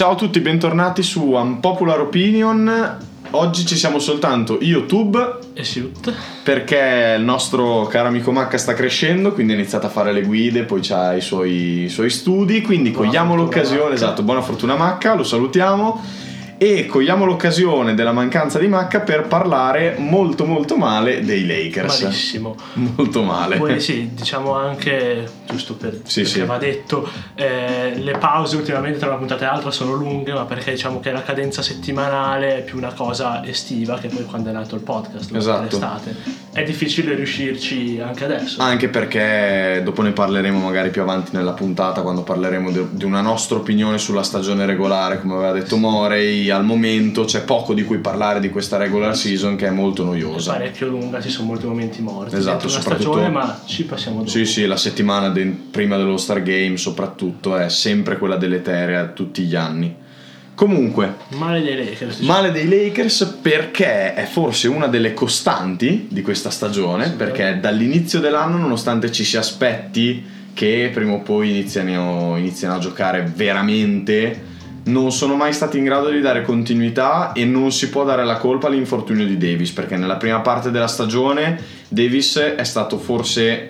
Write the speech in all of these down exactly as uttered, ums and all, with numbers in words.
Ciao a tutti, bentornati su Unpopular Opinion. Oggi ci siamo soltanto io, Tub e Shoot, perché il nostro caro amico Macca sta crescendo, quindi ha iniziato a fare le guide, poi c'ha i suoi, i suoi studi, quindi buona cogliamo l'occasione, Macca. Esatto, buona fortuna Macca, lo salutiamo. E cogliamo l'occasione della mancanza di Macca per parlare molto molto male dei Lakers. Malissimo. Molto male. Poi sì, diciamo anche, giusto per, sì, perché sì. va detto, eh, le pause ultimamente tra una puntata e l'altra sono lunghe, ma perché diciamo che la cadenza settimanale è più una cosa estiva, che poi quando è nato il podcast, esatto. l'estate, è difficile riuscirci anche adesso. Anche perché dopo ne parleremo magari più avanti nella puntata, quando parleremo de- di una nostra opinione sulla stagione regolare, come aveva detto Morey. Al momento c'è poco di cui parlare di questa regular season, che è molto noiosa, è parecchio lunga, ci sono molti momenti morti, esatto, una soprattutto stagione, ma ci passiamo dopo. Sì sì, la settimana de- prima dello Star Game soprattutto è sempre quella deleterea tutti gli anni. Comunque male dei Lakers, male dei Lakers perché è forse una delle costanti di questa stagione, sì, perché dall'inizio dell'anno, nonostante ci si aspetti che prima o poi iniziano, iniziano a giocare veramente, non sono mai stati in grado di dare continuità, e non si può dare la colpa all'infortunio di Davis, perché nella prima parte della stagione Davis è stato forse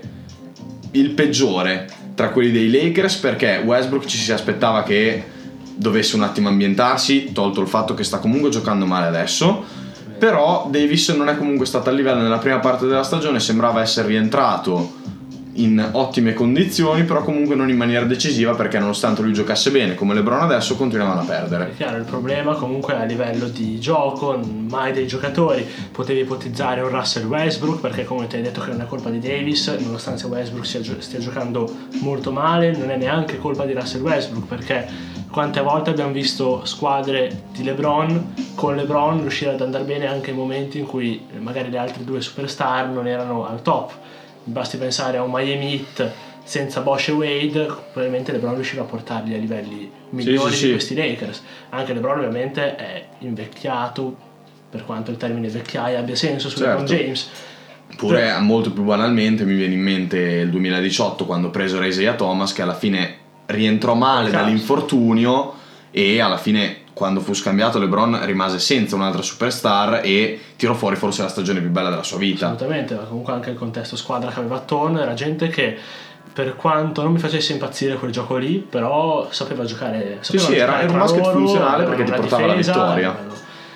il peggiore tra quelli dei Lakers, perché Westbrook ci si aspettava che dovesse un attimo ambientarsi, tolto il fatto che sta comunque giocando male adesso, però Davis non è comunque stato a livello nella prima parte della stagione, sembrava essere rientrato in ottime condizioni, però comunque non in maniera decisiva, perché nonostante lui giocasse bene come LeBron adesso continuavano a perdere. È chiaro, il problema comunque a livello di gioco, mai dei giocatori. Potevi ipotizzare un Russell Westbrook, perché come ti hai detto che non è colpa di Davis, nonostante Westbrook stia, stia giocando molto male, non è neanche colpa di Russell Westbrook, perché quante volte abbiamo visto squadre di LeBron con LeBron riuscire ad andare bene anche in momenti in cui magari le altre due superstar non erano al top. Basti pensare a un Miami Heat senza Bosh e Wade, probabilmente LeBron riusciva a portarli a livelli migliori, sì, sì, di questi Lakers. Anche LeBron ovviamente è invecchiato, per quanto il termine vecchiaia abbia senso su certo. LeBron James. Pure Però... molto più banalmente mi viene in mente il duemiladiciotto, quando presero Isaiah Thomas, che alla fine rientrò male dall'infortunio, e alla fine quando fu scambiato LeBron rimase senza un'altra superstar e tirò fuori forse la stagione più bella della sua vita. Assolutamente, ma comunque anche il contesto squadra che aveva attorno era gente che, per quanto non mi facesse impazzire quel gioco lì, però sapeva giocare, sapeva sì sì, giocare era un basket loro, funzionale, perché ti portava difesa, la vittoria. Erano...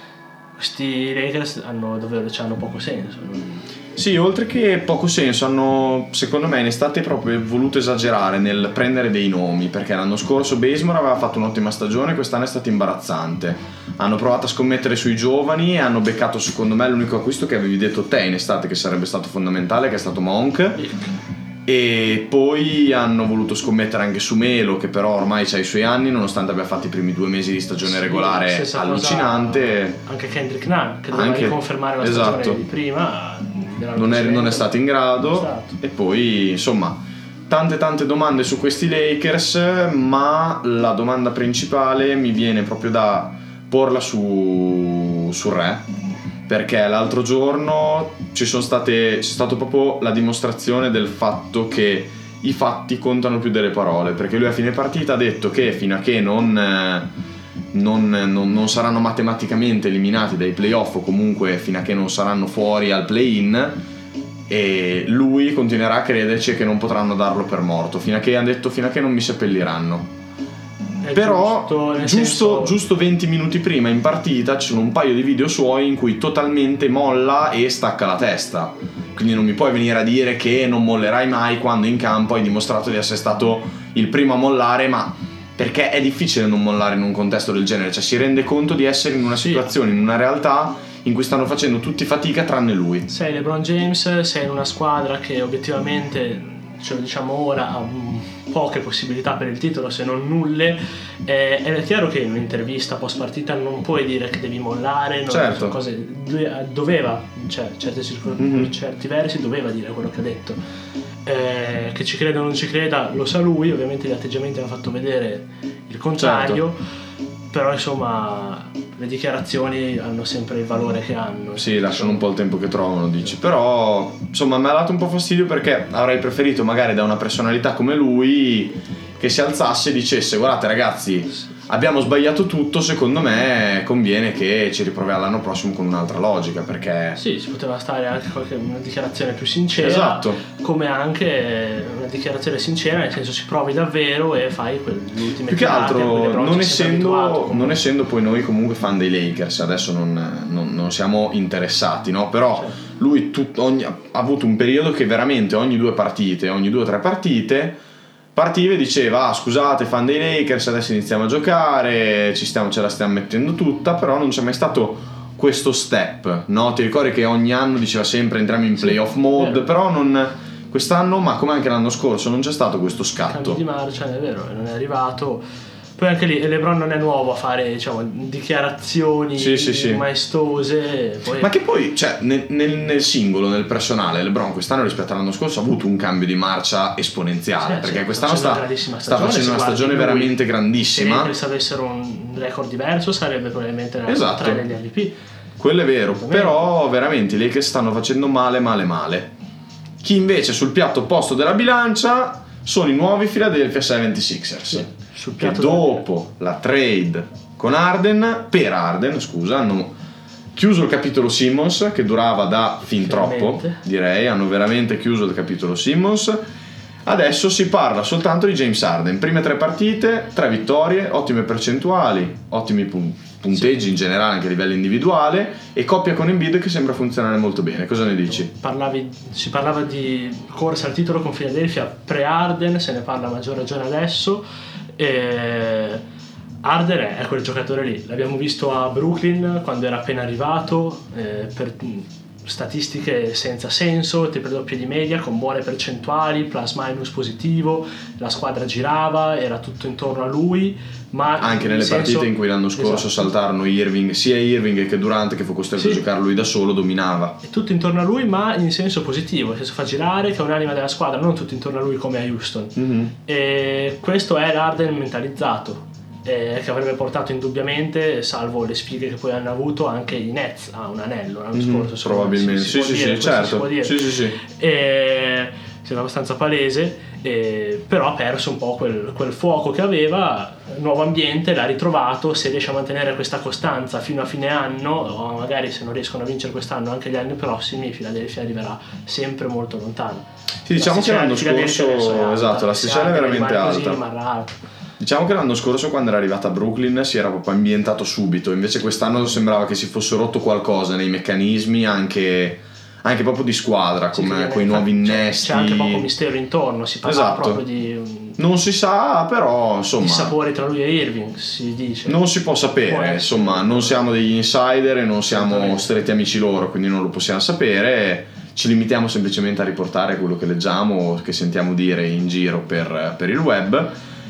questi Lakers hanno davvero hanno poco senso. Sì, oltre che poco senso, hanno secondo me in estate proprio voluto esagerare nel prendere dei nomi, perché l'anno scorso Bazemore aveva fatto un'ottima stagione, quest'anno è stato imbarazzante. Hanno provato a scommettere sui giovani e hanno beccato secondo me l'unico acquisto che avevi detto te in estate che sarebbe stato fondamentale, che è stato Monk. E poi hanno voluto scommettere anche su Melo, che però ormai ha i suoi anni, nonostante abbia fatto i primi due mesi di stagione sì, regolare allucinante. Anche Kendrick Nunn, che doveva anche, riconfermare la esatto. stagione di prima, non è, non è stato in grado, esatto. E poi insomma tante tante domande su questi Lakers, ma la domanda principale mi viene proprio da porla su, su Re, perché l'altro giorno ci sono state, c'è stata proprio la dimostrazione del fatto che i fatti contano più delle parole, perché lui a fine partita ha detto che fino a che non, non, non, non saranno matematicamente eliminati dai playoff, o comunque fino a che non saranno fuori al play-in, e lui continuerà a crederci che non potranno darlo per morto, fino a che, hanno detto, fino a che non mi seppelliranno. È però giusto, giusto, senso... giusto venti minuti prima in partita ci sono un paio di video suoi in cui totalmente molla e stacca la testa, quindi non mi puoi venire a dire che non mollerai mai quando in campo hai dimostrato di essere stato il primo a mollare, ma perché è difficile non mollare in un contesto del genere, cioè si rende conto di essere in una situazione, in una realtà in cui stanno facendo tutti fatica tranne lui. Sei LeBron James, sei in una squadra che obiettivamente, ce lo diciamo ora, ha poche possibilità per il titolo, se non nulle. Eh, è chiaro che in un'intervista post partita non puoi dire che devi mollare, non certo. cose, doveva, cioè certe circostanze, mm-hmm. certi versi doveva dire quello che ha detto. Eh, che ci creda o non ci creda lo sa lui, ovviamente gli atteggiamenti hanno fatto vedere il contrario, certo. Però insomma le dichiarazioni hanno sempre il valore che hanno. Sì, lasciano un po' il tempo che trovano, dici. Però insomma mi ha dato un po' fastidio, perché avrei preferito magari da una personalità come lui che si alzasse e dicesse: guardate ragazzi, abbiamo sbagliato tutto, secondo me conviene che ci riproviamo l'anno prossimo con un'altra logica, perché sì, si poteva stare anche qualche una dichiarazione più sincera, esatto, come anche una dichiarazione sincera, nel senso ci provi davvero e fai quell'ultima più che altro non essendo, non essendo poi noi comunque fan dei Lakers adesso non, non, non siamo interessati, no? Però certo. Lui tut, ogni, ha avuto un periodo che veramente ogni due partite ogni due o tre partite partiva e diceva ah, scusate fan dei Lakers, adesso iniziamo a giocare, ci stiamo, ce la stiamo mettendo tutta, però non c'è mai stato questo step, no? Ti ricordi che ogni anno diceva sempre entriamo in playoff sì, mode, vero. Però non, quest'anno, ma come anche l'anno scorso, non c'è stato questo scatto. Cambio di marcia, è vero, non è arrivato. Poi anche lì LeBron non è nuovo a fare, diciamo, dichiarazioni sì, sì, sì. maestose. Poi... Ma che poi, cioè, nel, nel, nel singolo, nel personale, LeBron quest'anno rispetto all'anno scorso ha avuto un cambio di marcia esponenziale, sì, perché sì, quest'anno sta, sta facendo una stagione veramente lui, grandissima. Se avessero un record diverso sarebbe probabilmente nella esatto. tre degli M V P. Quello è vero, però veramente i Lakers stanno facendo male, male, male. Chi invece sul piatto opposto della bilancia sono i nuovi Philadelphia settantasei ers. Sì. Che dopo la trade con Harden, per Harden, scusa, hanno chiuso il capitolo Simmons, che durava da fin troppo, direi, hanno veramente chiuso il capitolo Simmons. Adesso si parla soltanto di James Harden, prime tre partite, tre vittorie, ottime percentuali, ottimi punteggi sì. in generale anche a livello individuale, e coppia con Embiid che sembra funzionare molto bene. Cosa ne dici? Parlavi, si parlava di corsa al titolo con Philadelphia pre-Harden, se ne parla a maggior ragione adesso. E Harden è quel giocatore lì, l'abbiamo visto a Brooklyn quando era appena arrivato, eh, per statistiche senza senso, triple doppie di media con buone percentuali, plus minus positivo, la squadra girava, era tutto intorno a lui, ma anche nelle senso... partite in cui l'anno scorso esatto. saltarono Irving, sia Irving che Durant, che fu costretto sì. a giocare lui da solo, dominava. È tutto intorno a lui, ma in senso positivo, nel senso fa girare, che è un'anima della squadra, non tutto intorno a lui come a Houston. Mm-hmm. E questo è l'Harden mentalizzato, eh, che avrebbe portato indubbiamente, salvo le sfighe che poi hanno avuto, anche i Nets a un anello l'anno mm-hmm. scorso. Probabilmente, si, si sì, sì, dire, sì, certo. Si sì, sì, sì. E sembra abbastanza palese. Eh, però ha perso un po' quel, quel fuoco che aveva, nuovo ambiente, l'ha ritrovato. Se riesce a mantenere questa costanza fino a fine anno, o magari se non riescono a vincere quest'anno anche gli anni prossimi, Philadelphia arriverà sempre molto lontano. Sì, diciamo che l'anno scorso esatto, l'asticella è veramente alta. alta. Diciamo che l'anno scorso quando era arrivata a Brooklyn si era proprio ambientato subito, invece quest'anno sembrava che si fosse rotto qualcosa nei meccanismi anche anche proprio di squadra, come sì, quei nuovi innesti. C'è anche poco mistero intorno, si parla esatto. proprio di non si sa, però insomma i sapori tra lui e Irving, si dice. Non si può sapere, può insomma, non siamo degli insider e non siamo stretti amici loro, quindi non lo possiamo sapere. Ci limitiamo semplicemente a riportare quello che leggiamo, che sentiamo dire in giro per, per il web.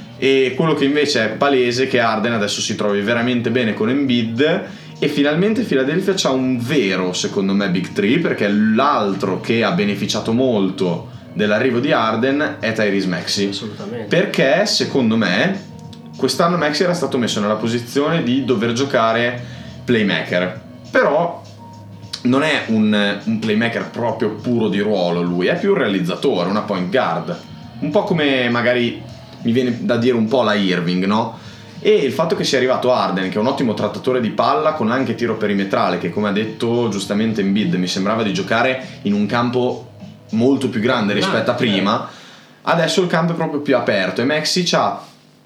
E quello che invece è palese è che Harden adesso si trovi veramente bene con Embiid, e finalmente Philadelphia c'ha un vero, secondo me, Big Three, perché l'altro che ha beneficiato molto dell'arrivo di Harden è Tyrese Maxey. Assolutamente. Perché secondo me quest'anno Maxey era stato messo nella posizione di dover giocare playmaker, però non è un, un playmaker proprio puro di ruolo, lui è più un realizzatore, una point guard, un po' come magari mi viene da dire un po' la Irving, no? E il fatto che sia arrivato Harden, che è un ottimo trattatore di palla con anche tiro perimetrale, che come ha detto giustamente Embiid mi sembrava di giocare in un campo molto più grande rispetto a prima, adesso il campo è proprio più aperto e Maxey c'ha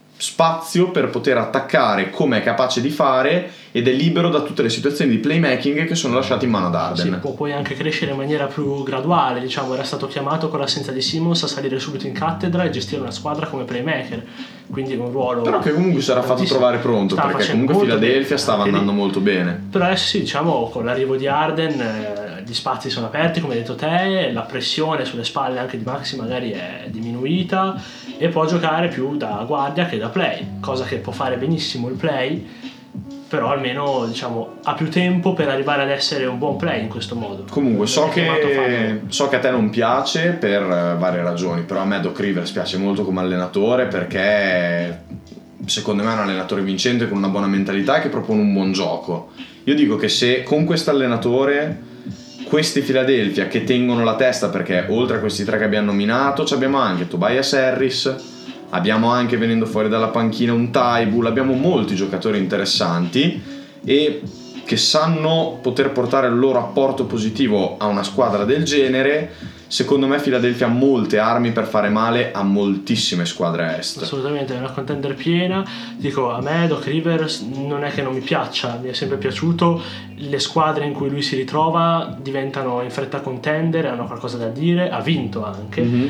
spazio per poter attaccare come è capace di fare ed è libero da tutte le situazioni di playmaking che sono lasciate in mano ad Harden. Sì, può poi anche crescere in maniera più graduale, diciamo, era stato chiamato con l'assenza di Simmons a salire subito in cattedra e gestire una squadra come playmaker, quindi un ruolo però che comunque sarà fatto trovare pronto, perché comunque Philadelphia stava andando molto bene. Però adesso sì, diciamo, con l'arrivo di Harden eh, gli spazi sono aperti, come hai detto te, la pressione sulle spalle anche di Maxey magari è diminuita e può giocare più da guardia che da play, cosa che può fare benissimo il play, però almeno diciamo ha più tempo per arrivare ad essere un buon play in questo modo. Comunque so che, so che a te non piace per varie ragioni, però a me Doc Rivers piace molto come allenatore, perché secondo me è un allenatore vincente con una buona mentalità che propone un buon gioco. Io dico che se con questo allenatore questi Philadelphia che tengono la testa, perché oltre a questi tre che abbiamo nominato abbiamo anche Tobias Harris, abbiamo anche, venendo fuori dalla panchina, un Taibull, abbiamo molti giocatori interessanti e che sanno poter portare il loro apporto positivo a una squadra del genere. Secondo me Philadelphia ha molte armi per fare male a moltissime squadre est. Assolutamente, è una contender piena. Dico, a me Doc Rivers non è che non mi piaccia, mi è sempre piaciuto. Le squadre in cui lui si ritrova diventano in fretta contender, hanno qualcosa da dire, ha vinto anche. Mm-hmm.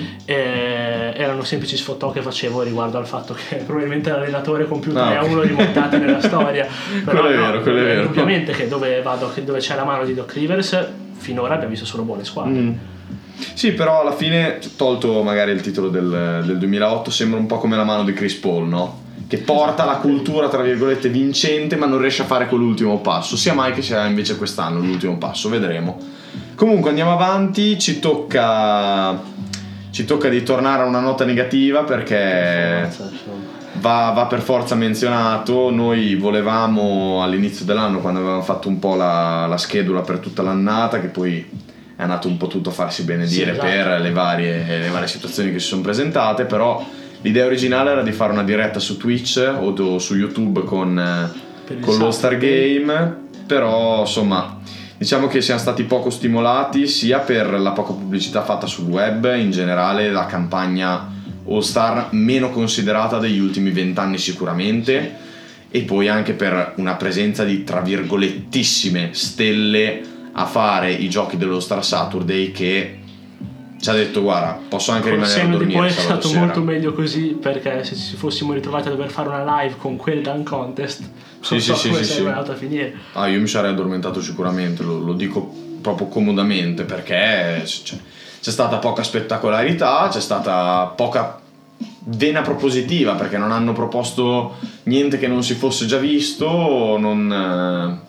E erano semplici sfottò che facevo riguardo al fatto che probabilmente l'allenatore con più tre a uno rimontate nella storia. Però quello è no, vero, quello è vero. Ovviamente che dove, va Doc, dove c'è la mano di Doc Rivers finora abbiamo visto solo buone squadre. Mm. Sì, però alla fine, tolto magari il titolo del, del duemilaotto, sembra un po' come la mano di Chris Paul, no? Che porta la cultura, tra virgolette, vincente, ma non riesce a fare quell'ultimo passo. Sia mai che sia invece quest'anno l'ultimo passo, vedremo. Comunque andiamo avanti, ci tocca ci tocca di tornare a una nota negativa perché va, va per forza menzionato. Noi volevamo all'inizio dell'anno, quando avevamo fatto un po' la, la schedula per tutta l'annata, che poi è andato un po' tutto a farsi benedire, sì, esatto, per le varie, le varie situazioni che si sono presentate, però l'idea originale era di fare una diretta su Twitch o su YouTube con, con l'All Star Game, però insomma diciamo che siamo stati poco stimolati sia per la poca pubblicità fatta sul web, in generale la campagna All Star meno considerata degli ultimi vent'anni sicuramente, e poi anche per una presenza di tra virgolettissime stelle a fare i giochi dello Star Saturday, che ci ha detto guarda, posso anche Col rimanere a dormire. Poi è stato sera. molto meglio così, perché se ci fossimo ritrovati a dover fare una live con quel dunk contest sì, non sì, so sì, come sì, sarebbe sì. andato a finire. Ah, io mi sarei addormentato sicuramente, lo, lo dico proprio comodamente, perché c'è, c'è stata poca spettacolarità, c'è stata poca vena propositiva, perché non hanno proposto niente che non si fosse già visto, non...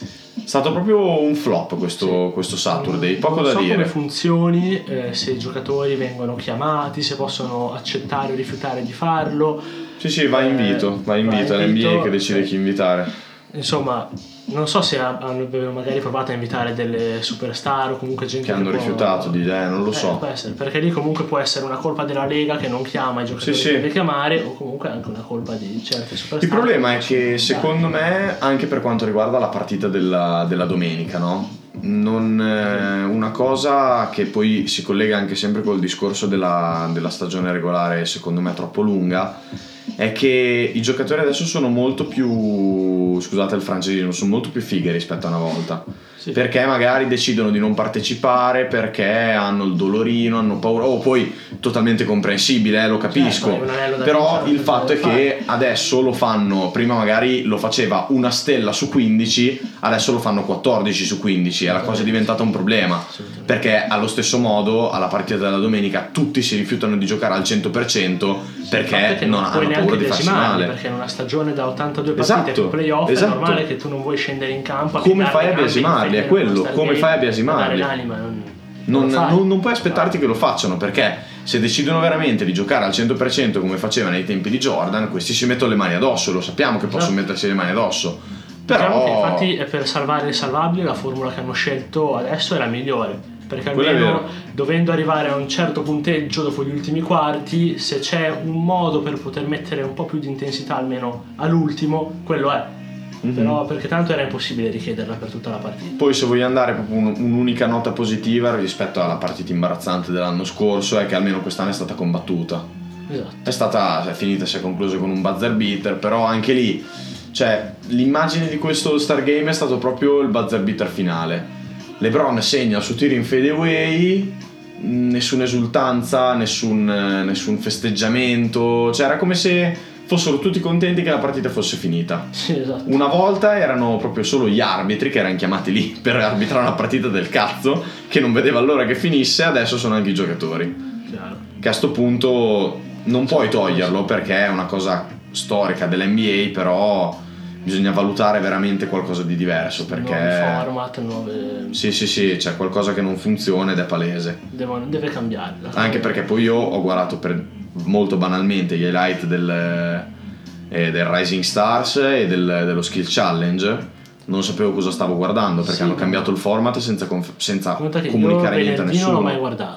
È stato proprio un flop questo, sì. questo Saturday, poco non da so dire. come funzioni, eh, se i giocatori vengono chiamati, se possono accettare o rifiutare di farlo. Sì, sì, va invito, eh, va invito, è l'N B A che decide eh. chi invitare. Insomma, non so se hanno magari provato a invitare delle superstar o comunque gente che, che hanno può... rifiutato di eh, non lo eh, so. Può essere, perché lì comunque può essere una colpa della Lega che non chiama i giocatori sì, che sì. deve chiamare, o comunque anche una colpa di certe superstar. Il problema è che secondo me, anche per quanto riguarda la partita della, della domenica, no? Non, eh, una cosa che poi si collega anche sempre col discorso della, della stagione regolare, secondo me troppo lunga, è che i giocatori adesso sono molto più, scusate il francesismo, sono molto più fighe rispetto a una volta, sì. Perché magari decidono di non partecipare perché hanno il dolorino, hanno paura, o oh, poi totalmente comprensibile, eh, lo capisco, certo, però il fatto è fare. Che adesso lo fanno, prima magari lo faceva una stella su quindici, adesso lo fanno quattordici su quindici, e la cosa è diventata un problema, perché allo stesso modo alla partita della domenica tutti si rifiutano di giocare al cento per cento perché che non, non hanno paura di farsi male, perché in una stagione da ottantadue partite esatto, con playoff esatto. è normale che tu non vuoi scendere in campo a come fai a biasimarli, è quello, come fai a biasimarli, l'anima, non, non, non, non puoi aspettarti che lo facciano, perché se decidono veramente di giocare al cento per cento come facevano ai tempi di Jordan, questi si mettono le mani addosso, lo sappiamo che possono esatto. mettersi le mani addosso, però diciamo che infatti per salvare il salvabile la formula che hanno scelto adesso è la migliore, perché almeno dovendo arrivare a un certo punteggio dopo gli ultimi quarti, se c'è un modo per poter mettere un po' più di intensità almeno all'ultimo, quello è. Mm-hmm. Però perché tanto era impossibile richiederla per tutta la partita. Poi se voglio andare proprio un, un'unica nota positiva rispetto alla partita imbarazzante dell'anno scorso è che almeno quest'anno è stata combattuta, esatto. È stata è finita, si è conclusa con un buzzer beater, però anche lì, cioè, l'immagine di questo All-Star Game è stato proprio il buzzer beater finale. LeBron segna il suo tiro in fadeaway, nessuna esultanza, nessun, nessun festeggiamento, cioè era come se fossero tutti contenti che la partita fosse finita. Sì, esatto. Una volta erano proprio solo gli arbitri che erano chiamati lì per arbitrare una partita del cazzo, che non vedeva l'ora che finisse, adesso sono anche i giocatori. Chiaro. Che a sto punto non puoi toglierlo perché è una cosa storica dell'N B A, però bisogna valutare veramente qualcosa di diverso, perché nuovi format, nuove... sì sì sì, c'è qualcosa che non funziona ed è palese. Devono, deve cambiare. Anche perché poi io ho guardato per molto banalmente gli highlight del, eh, del Rising Stars e del, dello Skill Challenge, non sapevo cosa stavo guardando perché sì, hanno cambiato il format senza, conf- senza comunicare niente a nessuno. Non l'ho mai guardato.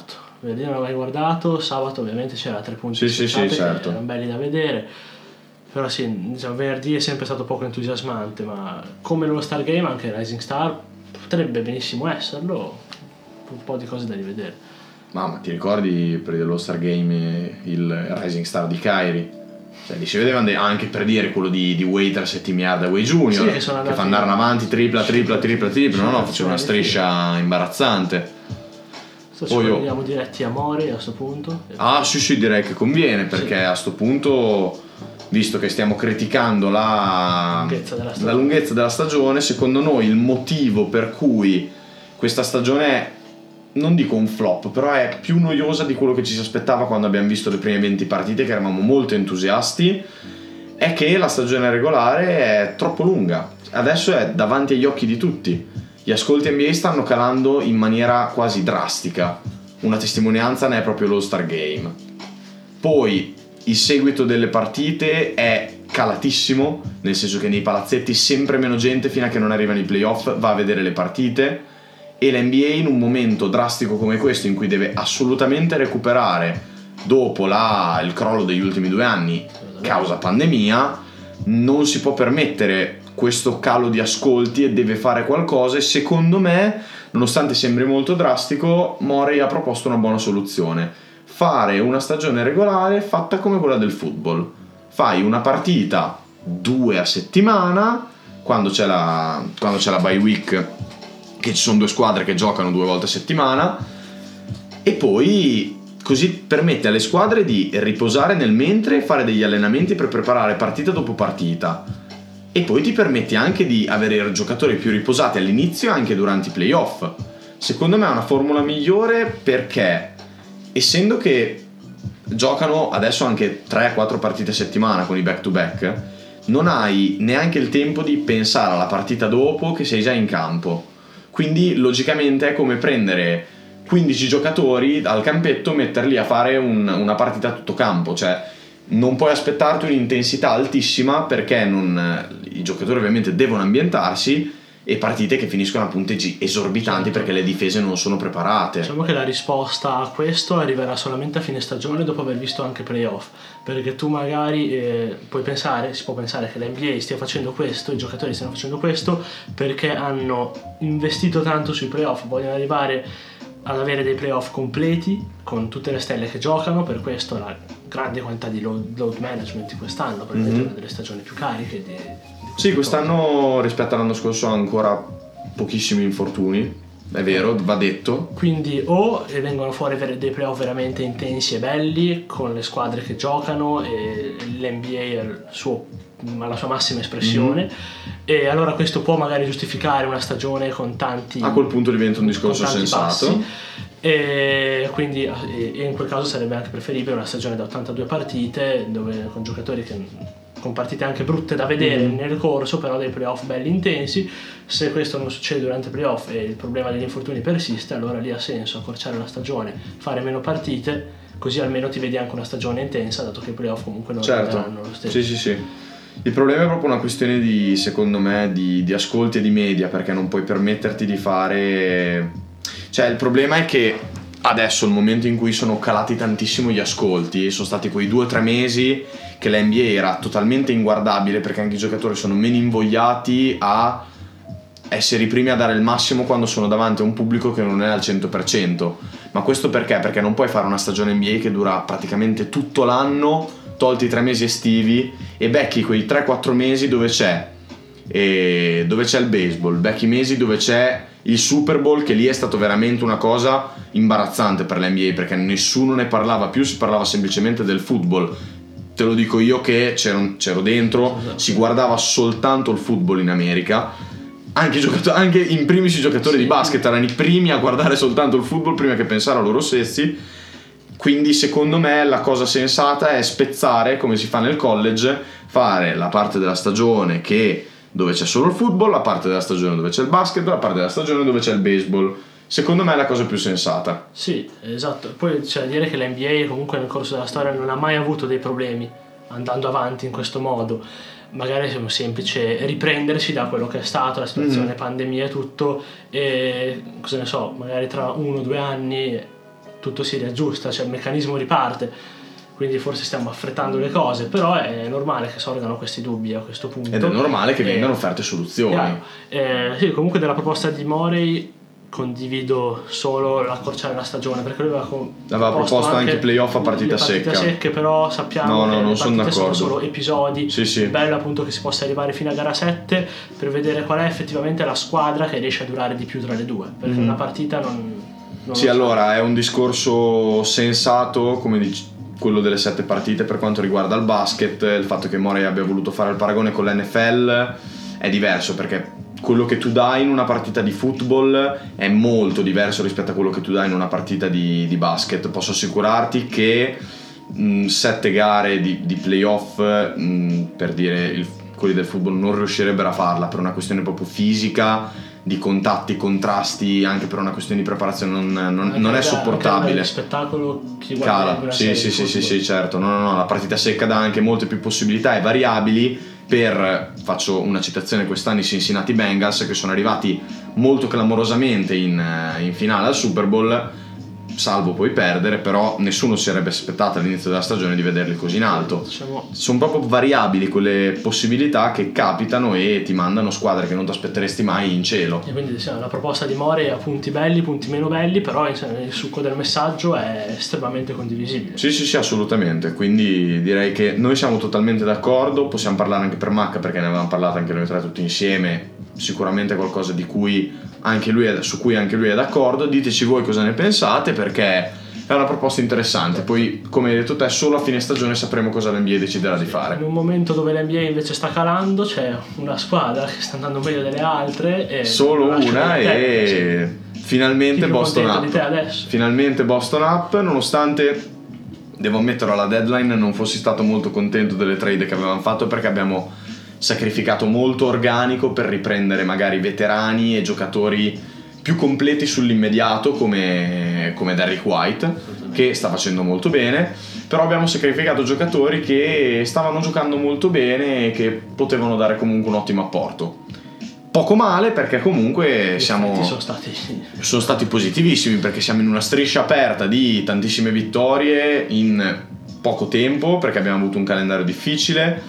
venerdì non l'ho mai guardato, sabato ovviamente c'era tre punti sì, sì, sì, certo. erano belli da vedere, però sì, diciamo, venerdì è sempre stato poco entusiasmante, ma come lo Star Game anche Rising Star potrebbe benissimo esserlo, un po' di cose da rivedere. Mamma, ti ricordi per dello Star Game il Rising Star di Kairi? Cioè, lì si vedevano anche, per dire, quello di, di Waiters e Team Hardaway Junior, sì, che, che fa andare avanti tripla, tripla, tripla, tripla, no, no, faceva una striscia imbarazzante. Sto ci andiamo io... diretti a Mori a sto punto. Ah, sì, sì, direi che conviene, perché sì. A sto punto, visto che stiamo criticando la lunghezza della stagione, la lunghezza della stagione, secondo noi il motivo per cui questa stagione è, non dico un flop, però è più noiosa di quello che ci si aspettava quando abbiamo visto le prime venti partite, che eravamo molto entusiasti, è che la stagione regolare è troppo lunga. Adesso è davanti agli occhi di tutti. Gli ascolti N B A stanno calando in maniera quasi drastica. Una testimonianza ne è proprio lo Star Game. Poi il seguito delle partite è calatissimo, nel senso che nei palazzetti sempre meno gente fino a che non arrivano i playoff va a vedere le partite. E l'N B A in un momento drastico come questo, in cui deve assolutamente recuperare dopo la, il crollo degli ultimi due anni causa pandemia, non si può permettere questo calo di ascolti e deve fare qualcosa. E secondo me, nonostante sembri molto drastico, Morey ha proposto una buona soluzione: fare una stagione regolare fatta come quella del football. Fai una partita due a settimana quando c'è la, quando c'è la bye week, che ci sono due squadre che giocano due volte a settimana, e poi così permette alle squadre di riposare nel mentre e fare degli allenamenti per preparare partita dopo partita, e poi ti permette anche di avere i giocatori più riposati all'inizio e anche durante i playoff. Secondo me è una formula migliore, perché essendo che giocano adesso anche tre quattro partite a settimana con i back to back, non hai neanche il tempo di pensare alla partita dopo che sei già in campo. Quindi logicamente è come prendere quindici giocatori al campetto, metterli a fare un, una partita a tutto campo. Cioè non puoi aspettarti un'intensità altissima, perché non, i giocatori ovviamente devono ambientarsi, e partite che finiscono a punteggi esorbitanti, certo, perché le difese non sono preparate. Diciamo che la risposta a questo arriverà solamente a fine stagione, dopo aver visto anche playoff, perché tu magari eh, puoi pensare, si può pensare che l'N B A stia facendo questo, i giocatori stiano facendo questo perché hanno investito tanto sui playoff, vogliono arrivare ad avere dei playoff completi con tutte le stelle che giocano, per questo la grande quantità di load, load management di quest'anno, perché mm-hmm. è delle stagioni più cariche di, di sì, quest'anno rispetto all'anno scorso ha ancora pochissimi infortuni, è vero, va detto. Quindi o vengono fuori dei playoff veramente intensi e belli, con le squadre che giocano e l'N B A al suo, alla sua massima espressione, mm-hmm. e allora questo può magari giustificare una stagione con tanti, a quel punto diventa un discorso sensato passi. E quindi e in quel caso sarebbe anche preferibile una stagione da ottantadue partite, dove con giocatori che con partite anche brutte da vedere mm. nel corso, però dei playoff belli intensi. Se questo non succede durante i playoff e il problema degli infortuni persiste, allora lì ha senso accorciare la stagione, fare meno partite, così almeno ti vedi anche una stagione intensa, dato che i playoff comunque non certo. saranno lo stesso. Sì, sì, sì. Il problema è proprio una questione di, secondo me, di, di ascolti e di media, perché non puoi permetterti di fare... Cioè il problema è che adesso, il momento in cui sono calati tantissimo gli ascolti, sono stati quei due o tre mesi che l'N B A era totalmente inguardabile, perché anche i giocatori sono meno invogliati a essere i primi a dare il massimo quando sono davanti a un pubblico che non è al cento per cento. Ma questo perché? Perché non puoi fare una stagione N B A che dura praticamente tutto l'anno, tolti i tre mesi estivi, e becchi quei tre quattro mesi dove c'è e dove c'è il baseball, becchi mesi dove c'è il Super Bowl, che lì è stato veramente una cosa imbarazzante per l'N B A, perché nessuno ne parlava più, si parlava semplicemente del football. Te lo dico io che c'ero, c'ero dentro, si guardava soltanto il football in America, anche, i giocatori, anche in primis i giocatori sì. di basket erano i primi a guardare soltanto il football prima che pensare a loro stessi. Quindi secondo me la cosa sensata è spezzare, come si fa nel college, fare la parte della stagione che dove c'è solo il football, la parte della stagione dove c'è il basket, la parte della stagione dove c'è il baseball. Secondo me è la cosa più sensata. Sì, esatto. Poi c'è da dire che l'N B A comunque nel corso della storia non ha mai avuto dei problemi andando avanti in questo modo. Magari è un semplice riprendersi da quello che è stato, la situazione, mm. pandemia e tutto, e cosa ne so, magari tra uno o due anni tutto si riaggiusta, cioè il meccanismo riparte, quindi forse stiamo affrettando le cose, però è normale che sorgano questi dubbi a questo punto ed è normale che e, vengano offerte soluzioni. eh, sì, comunque della proposta di Morey condivido solo l'accorciare la stagione, perché lui aveva, aveva proposto, proposto anche playoff a partita secca, secche, però sappiamo no, no, che non le sono partite d'accordo. sono solo episodi. Sì, sì. È bello appunto che si possa arrivare fino a gara sette per vedere qual è effettivamente la squadra che riesce a durare di più tra le due, perché mm. una partita non, non sì, allora so. È un discorso sensato, come dici, quello delle sette partite per quanto riguarda il basket. Il fatto che Morey abbia voluto fare il paragone con l'N F L è diverso, perché quello che tu dai in una partita di football è molto diverso rispetto a quello che tu dai in una partita di, di basket. Posso assicurarti che mh, sette gare di, di playoff, mh, per dire il, quelli del football non riuscirebbero a farla per una questione proprio fisica, di contatti, contrasti, anche per una questione di preparazione non, non, non è sopportabile. Il spettacolo chi cala, sì sì sì, sì sì certo, no, no no la partita secca dà anche molte più possibilità e variabili. Per, faccio una citazione, quest'anno i Cincinnati Bengals, che sono arrivati molto clamorosamente in, in finale al Super Bowl, salvo poi perdere, però nessuno si sarebbe aspettato all'inizio della stagione di vederli così in alto. Diciamo... sono proprio variabili quelle possibilità che capitano e ti mandano squadre che non ti aspetteresti mai in cielo. E quindi diciamo, la proposta di Morey ha punti belli, punti meno belli, però il succo del messaggio è estremamente condivisibile. Sì sì sì, assolutamente, quindi direi che noi siamo totalmente d'accordo. Possiamo parlare anche per Macca, perché ne avevamo parlato anche noi tre tutti insieme, sicuramente qualcosa di cui anche lui è, su cui anche lui è d'accordo. Diteci voi cosa ne pensate, perché è una proposta interessante. Poi, come hai detto te, solo a fine stagione sapremo cosa l'N B A deciderà di fare. In un momento dove l'N B A invece sta calando, c'è una squadra che sta andando meglio delle altre e solo una e sì. finalmente Boston Up finalmente Boston Up nonostante, devo ammetterlo, alla deadline non fossi stato molto contento delle trade che avevamo fatto, perché abbiamo sacrificato molto organico per riprendere magari veterani e giocatori più completi sull'immediato come, come Derrick White, che sta facendo molto bene, però abbiamo sacrificato giocatori che stavano giocando molto bene e che potevano dare comunque un ottimo apporto. Poco male, perché comunque siamo sono stati... sono stati positivissimi, perché siamo in una striscia aperta di tantissime vittorie in poco tempo, perché abbiamo avuto un calendario difficile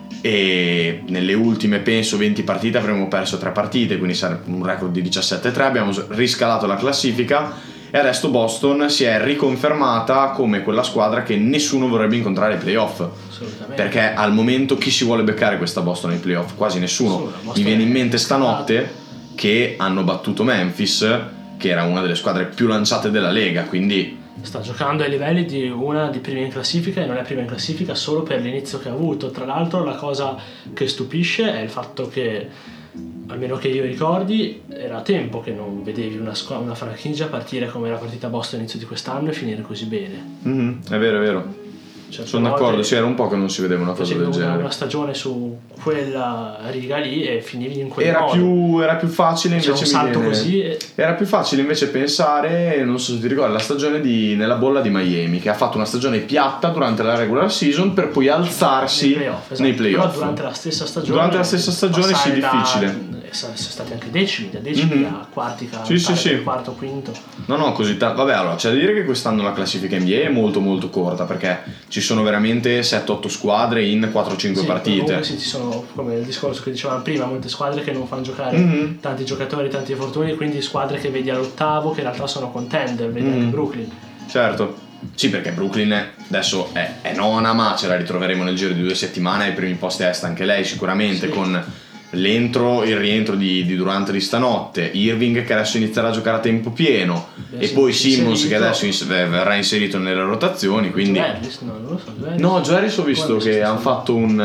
e nelle ultime penso venti partite avremmo perso tre partite, quindi sarebbe un record di diciassette a tre. Abbiamo riscalato la classifica e adesso Boston si è riconfermata come quella squadra che nessuno vorrebbe incontrare ai playoff, perché al momento chi si vuole beccare questa Boston ai playoff? Quasi nessuno. Mi viene in mente stanotte che hanno battuto Memphis, che era una delle squadre più lanciate della Lega, quindi sta giocando ai livelli di una di prima in classifica, e non è prima in classifica solo per l'inizio che ha avuto. Tra l'altro la cosa che stupisce è il fatto che, almeno che io ricordi, era tempo che non vedevi una, squ- una franchigia partire come era partita Boston all'inizio di quest'anno e finire così bene. Mm-hmm, è vero, è vero. Cioè, sono d'accordo, sì, era un po' che non si vedeva una cosa del una, genere. Una stagione su quella riga lì e finivi in quel era modo. Più, era più facile invece. C'è un salto viene, così. E... Era più facile invece pensare, non so se ti ricordi, la stagione di nella bolla di Miami, che ha fatto una stagione piatta durante la regular season per poi alzarsi nei playoff. Esatto. Nei playoff. Però durante la stessa stagione. Durante la stessa stagione sì, difficile. Sono stati anche decimi, da decimi mm-hmm. a quarti, sì, sì, sì. quarto, quinto. No, no, così tanto. Vabbè, allora c'è da dire che quest'anno la classifica N B A è molto molto corta, perché ci sono veramente sette otto squadre in quattro cinque sì, partite. Comunque sì, ci sono, come il discorso che dicevamo prima, molte squadre che non fanno giocare mm-hmm. tanti giocatori, tanti infortuni, quindi squadre che vedi all'ottavo che in realtà sono contender, vedi mm-hmm. anche Brooklyn. Certo. Sì, perché Brooklyn adesso è, è nona, ma ce la ritroveremo nel giro di due settimane ai primi posti est anche lei sicuramente, sì. Con l'entro, il rientro di, di Durant di stanotte, Irving che adesso inizierà a giocare a tempo pieno, Beh, e sì, poi Simmons che adesso ins- verrà inserito nelle rotazioni, quindi Joe Harris, no, non lo so, Joe Harris. No, Joe Harris ho visto Come che hanno fatto un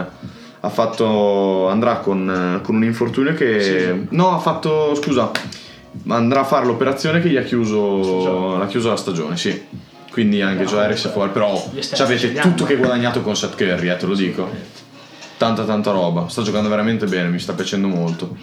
ha fatto andrà con, con un infortunio che sì. no ha fatto scusa andrà a fare l'operazione che gli ha chiuso l'ha chiuso la stagione, sì, quindi anche no, Joe Harris è fuori, però avete tutto che guadagnato con Seth Curry, eh, te lo dico. Tanta tanta roba, sta giocando veramente bene, mi sta piacendo molto.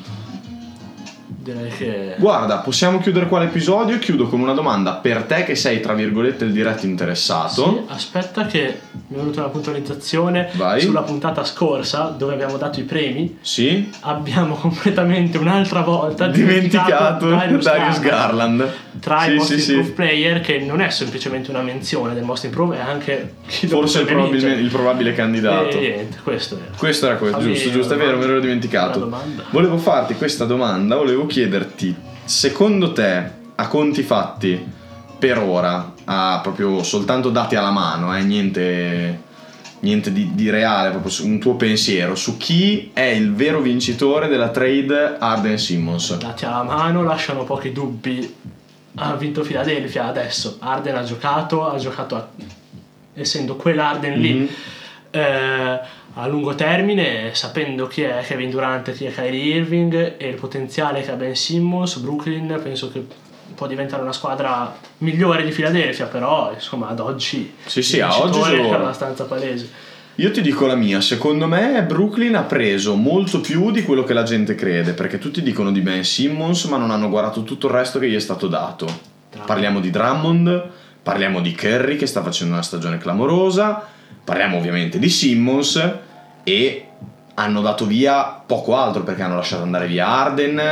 Direi che... Guarda, possiamo chiudere qua l'episodio. Chiudo con una domanda per te che sei tra virgolette il diretto interessato. Sì, aspetta che mi è venuta una puntualizzazione. Vai. Sulla puntata scorsa dove abbiamo dato i premi. Sì. Abbiamo completamente un'altra volta dimenticato, dimenticato Darius, Darius Garland. Garland tra sì, i most sì, improved sì. player, che non è semplicemente una menzione del most improved, è anche chi forse il, dovrebbe probabil- vincere. il probabile candidato. E niente, questo era. Questo era questo, Fammi giusto, giusto, è una vero, me domanda. l'ero dimenticato. Una domanda. Volevo farti questa domanda, volevo chiederti, secondo te, a conti fatti, per ora, a proprio soltanto dati alla mano, eh, niente, niente di, di reale, proprio su- un tuo pensiero, su chi è il vero vincitore della trade Harden-Simmons? Dati alla mano lasciano pochi dubbi. Ha vinto Philadelphia adesso. Harden ha giocato, ha giocato a, essendo quell'Harden lì. Mhm. Eh, a lungo termine, sapendo chi è Kevin Durant, chi è Kyrie Irving e il potenziale che ha Ben Simmons, Brooklyn penso che può diventare una squadra migliore di Philadelphia, però insomma ad oggi Sì, sì, il a oggi vincitore sono- è abbastanza palese. Io ti dico la mia, secondo me Brooklyn ha preso molto più di quello che la gente crede, perché tutti dicono di Ben Simmons ma non hanno guardato tutto il resto che gli è stato dato. Parliamo di Drummond, parliamo di Curry che sta facendo una stagione clamorosa, parliamo ovviamente di Simmons e hanno dato via poco altro perché hanno lasciato andare via Harden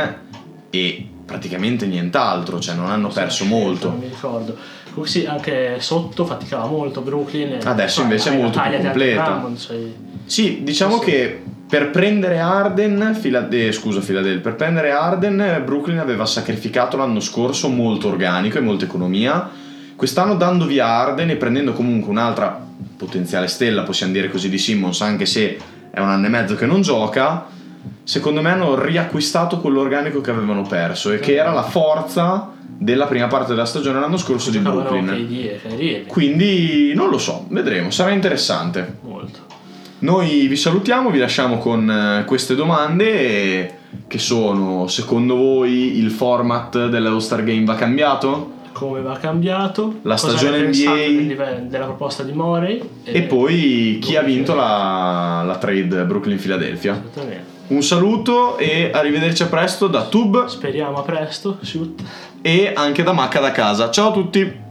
e praticamente nient'altro, cioè non hanno perso Non molto. mi ricordo. Comunque sì, anche sotto faticava molto Brooklyn. e Adesso poi invece è hai la molto più taglia di completa. Drummond, cioè- Sì, diciamo Sì. che per prendere Harden, Fila- eh, scusa Philadelphia, per prendere Harden Brooklyn aveva sacrificato l'anno scorso molto organico e molta economia. Quest'anno dando via Harden e prendendo comunque un'altra potenziale stella, possiamo dire così, di Simmons, anche se è un anno e mezzo che non gioca, secondo me hanno riacquistato quell'organico che avevano perso e che era la forza della prima parte della stagione l'anno scorso di giocavano Brooklyn. K D e Kyrie Irving. Quindi non lo so, vedremo, sarà interessante. Molto. Noi vi salutiamo, vi lasciamo con eh, queste domande eh, che sono: secondo voi il format dell'All-Star Game va cambiato? Come va cambiato? La Cosa stagione ne pensate N B A? del livello- della proposta di Morey? E poi chi ha vinto la, la trade Brooklyn-Philadelphia? Esattamente. Un saluto e arrivederci a presto da Tube Speriamo a presto. Shoot. e anche da Macca da casa. Ciao a tutti!